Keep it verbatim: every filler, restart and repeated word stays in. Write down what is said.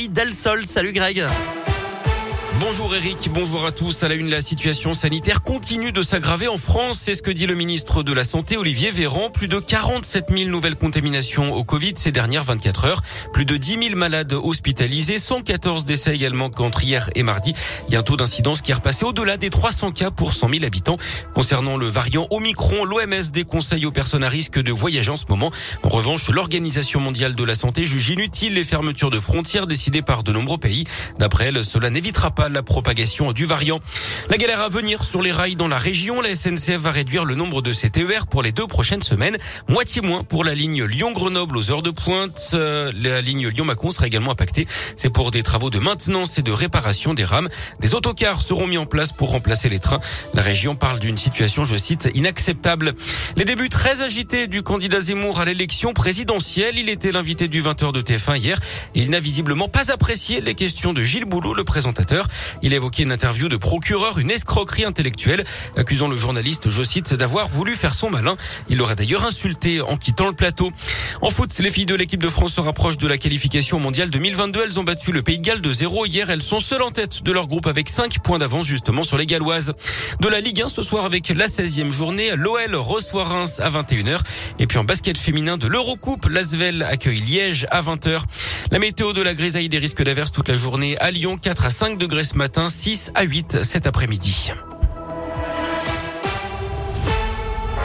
Grégory Delsol. Salut Greg. Bonjour Eric, bonjour à tous. À la une, la situation sanitaire continue de s'aggraver en France. C'est ce que dit le ministre de la Santé, Olivier Véran. Plus de quarante-sept mille nouvelles contaminations au Covid ces dernières vingt-quatre heures. Plus de dix mille malades hospitalisés, cent quatorze décès également qu'entre hier et mardi. Il y a un taux d'incidence qui est repassé au-delà des trois cents cas pour cent mille habitants. Concernant le variant Omicron, l'O M S déconseille aux personnes à risque de voyager en ce moment. En revanche, l'Organisation mondiale de la santé juge inutile les fermetures de frontières décidées par de nombreux pays. D'après elle, cela n'évitera pas la propagation du variant. La galère à venir sur les rails dans la région. La S N C F va réduire le nombre de ses T E R pour les deux prochaines semaines. Moitié moins pour la ligne Lyon-Grenoble aux heures de pointe. Euh, la ligne Lyon-Mâcon sera également impactée. C'est pour des travaux de maintenance et de réparation des rames. Des autocars seront mis en place pour remplacer les trains. La région parle d'une situation, je cite, inacceptable. Les débuts très agités du candidat Zemmour à l'élection présidentielle. Il était l'invité du vingt heures de T F un hier et il n'a visiblement pas apprécié les questions de Gilles Boulot, le présentateur. Il a évoqué une interview de procureur, une escroquerie intellectuelle, accusant le journaliste, je cite, d'avoir voulu faire son malin. Il l'aurait d'ailleurs insulté en quittant le plateau. En foot, les filles de l'équipe de France se rapprochent de la qualification mondiale deux mille vingt-deux. Elles ont battu le Pays de Galles de zéro hier. Elles sont seules en tête de leur groupe avec cinq points d'avance justement sur les Galloises. De la Ligue un ce soir avec la seizième journée, l'O L reçoit Reims à vingt et une heures. Et puis en basket féminin de l'Eurocoupe, l'Asvel accueille Liège à vingt heures. La météo de la grisaille, des risques d'averses toute la journée à Lyon, quatre à cinq degrés ce matin, six à huit cet après-midi.